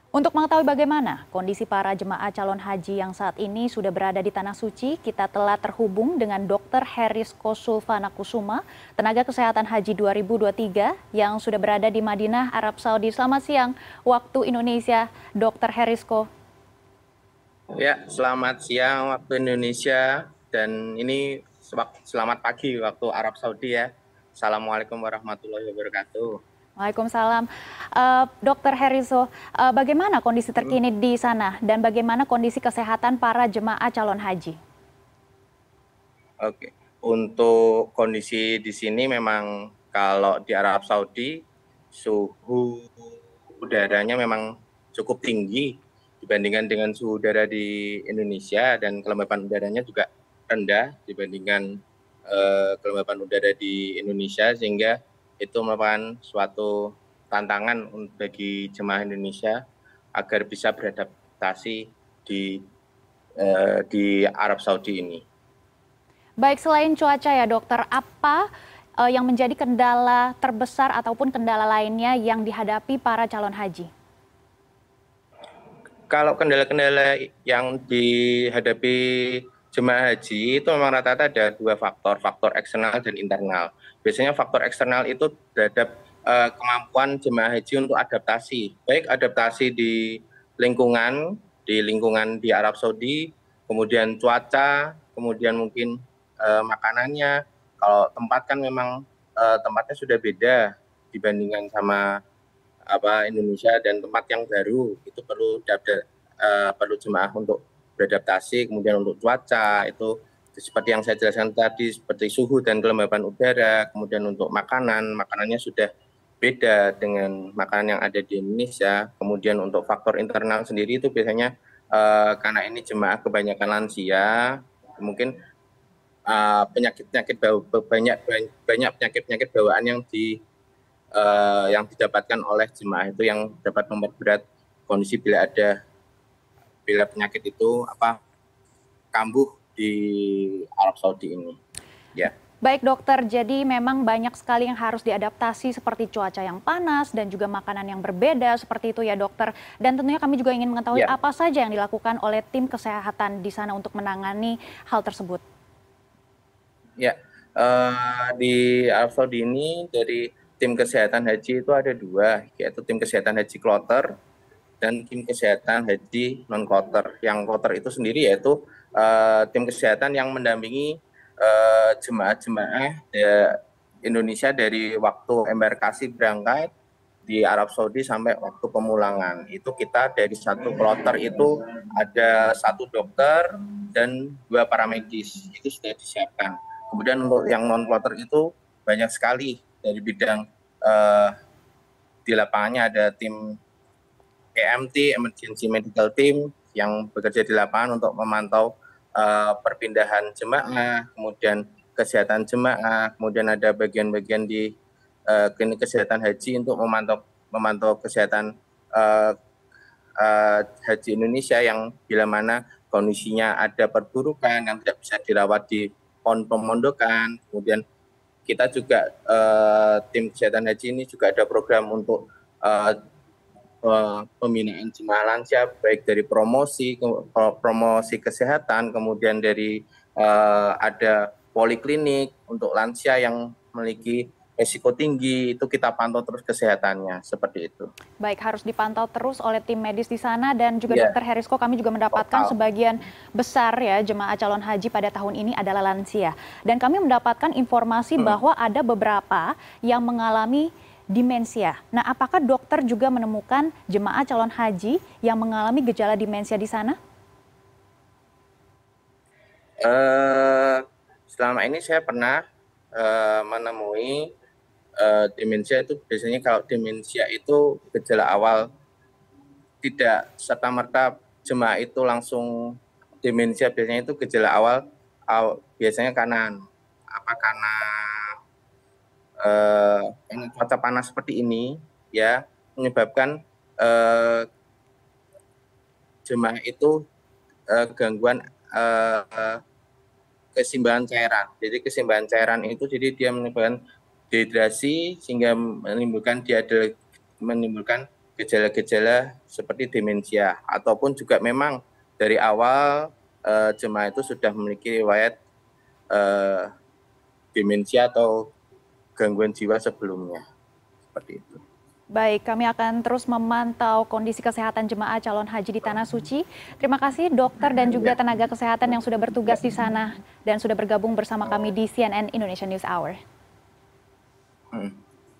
Untuk mengetahui bagaimana kondisi para jemaah calon haji yang saat ini sudah berada di Tanah Suci, kita telah terhubung dengan Dr. Herisko Sulfana Kusuma, tenaga kesehatan haji 2023 yang sudah berada di Madinah, Arab Saudi. Selamat siang waktu Indonesia, Dr. Herisko. Ya, selamat siang waktu Indonesia dan ini selamat pagi waktu Arab Saudi ya. Assalamualaikum warahmatullahi wabarakatuh. Waalaikumsalam. Dr. Heriso, bagaimana kondisi Hmm, terkini di sana dan bagaimana kondisi kesehatan para jemaah calon haji? Oke, untuk kondisi di sini memang kalau di Arab Saudi suhu udaranya memang cukup tinggi dibandingkan dengan suhu udara di Indonesia dan kelembapan udaranya juga rendah dibandingkan kelembapan udara di Indonesia sehingga itu merupakan suatu tantangan bagi jemaah Indonesia agar bisa beradaptasi di Arab Saudi ini. Baik, selain cuaca ya dokter, apa yang menjadi kendala terbesar ataupun kendala lainnya yang dihadapi para calon haji? Kalau kendala-kendala yang dihadapi jemaah haji itu memang rata-rata ada dua faktor, faktor eksternal dan internal. Biasanya faktor eksternal itu terhadap kemampuan jemaah haji untuk adaptasi, baik adaptasi di lingkungan di Arab Saudi, kemudian cuaca, kemudian mungkin makanannya. Kalau tempat kan memang tempatnya sudah beda dibandingkan sama Indonesia dan tempat yang baru itu perlu jemaah untuk beradaptasi, kemudian untuk cuaca itu seperti yang saya jelaskan tadi seperti suhu dan kelembapan udara, kemudian untuk makanannya sudah beda dengan makanan yang ada di Indonesia. Kemudian untuk faktor internal sendiri itu biasanya karena ini jemaah kebanyakan lansia, mungkin penyakit-penyakit banyak banyak penyakit-penyakit bawaan yang didapatkan oleh jemaah itu yang dapat memperberat kondisi bila penyakit itu kambuh di Arab Saudi ini. Ya. Baik dokter, jadi memang banyak sekali yang harus diadaptasi seperti cuaca yang panas dan juga makanan yang berbeda seperti itu ya dokter. Dan tentunya kami juga ingin mengetahui Ya, apa saja yang dilakukan oleh tim kesehatan di sana untuk menangani hal tersebut. ya. Di Arab Saudi ini dari tim kesehatan haji itu ada dua, yaitu tim kesehatan haji kloter dan tim kesehatan haji non kloter. Yang kloter itu sendiri yaitu tim kesehatan yang mendampingi jemaah-jemaah Indonesia dari waktu embarkasi berangkat di Arab Saudi sampai waktu pemulangan. Itu kita dari satu kloter itu ada satu dokter dan dua paramedis. Itu sudah disiapkan. Kemudian untuk yang non kloter itu banyak sekali dari bidang eh, di lapangannya ada tim EMT (Emergency Medical Team) yang bekerja di lapangan untuk memantau perpindahan jemaah, kemudian kesehatan jemaah, kemudian ada bagian-bagian di klinik kesehatan haji untuk memantau kesehatan uh, haji Indonesia yang bila mana kondisinya ada perburukan yang tidak bisa dirawat di pemondokan. Kemudian kita juga tim kesehatan haji ini juga ada program untuk uh, pembinaan jemaah lansia baik dari promosi kesehatan, kemudian dari ada poliklinik untuk lansia yang memiliki risiko tinggi, itu kita pantau terus kesehatannya seperti itu. Baik, harus dipantau terus oleh tim medis di sana dan juga Ya, dokter Herisko, kami juga mendapatkan total. sebagian besar ya jemaah calon haji pada tahun ini adalah lansia. Dan kami mendapatkan informasi Hmm. bahwa ada beberapa yang mengalami demensia. Nah, apakah dokter juga menemukan jemaah calon haji yang mengalami gejala demensia di sana? Eh, Selama ini saya pernah menemui demensia itu biasanya kalau demensia itu gejala awal tidak serta-merta jemaah itu langsung demensia, biasanya itu gejala biasanya karena cuaca panas seperti ini ya menyebabkan eh, jemaah itu gangguan eh, keseimbangan cairan. Jadi keseimbangan cairan itu jadi dia menyebabkan dehidrasi sehingga menimbulkan gejala-gejala seperti demensia, ataupun juga memang dari awal jemaah itu sudah memiliki riwayat demensia atau gangguan jiwa sebelumnya, seperti itu. Baik, kami akan terus memantau kondisi kesehatan jemaah calon haji di Tanah Suci. Terima kasih dokter dan juga tenaga kesehatan yang sudah bertugas di sana dan sudah bergabung bersama kami di CNN Indonesia News Hour.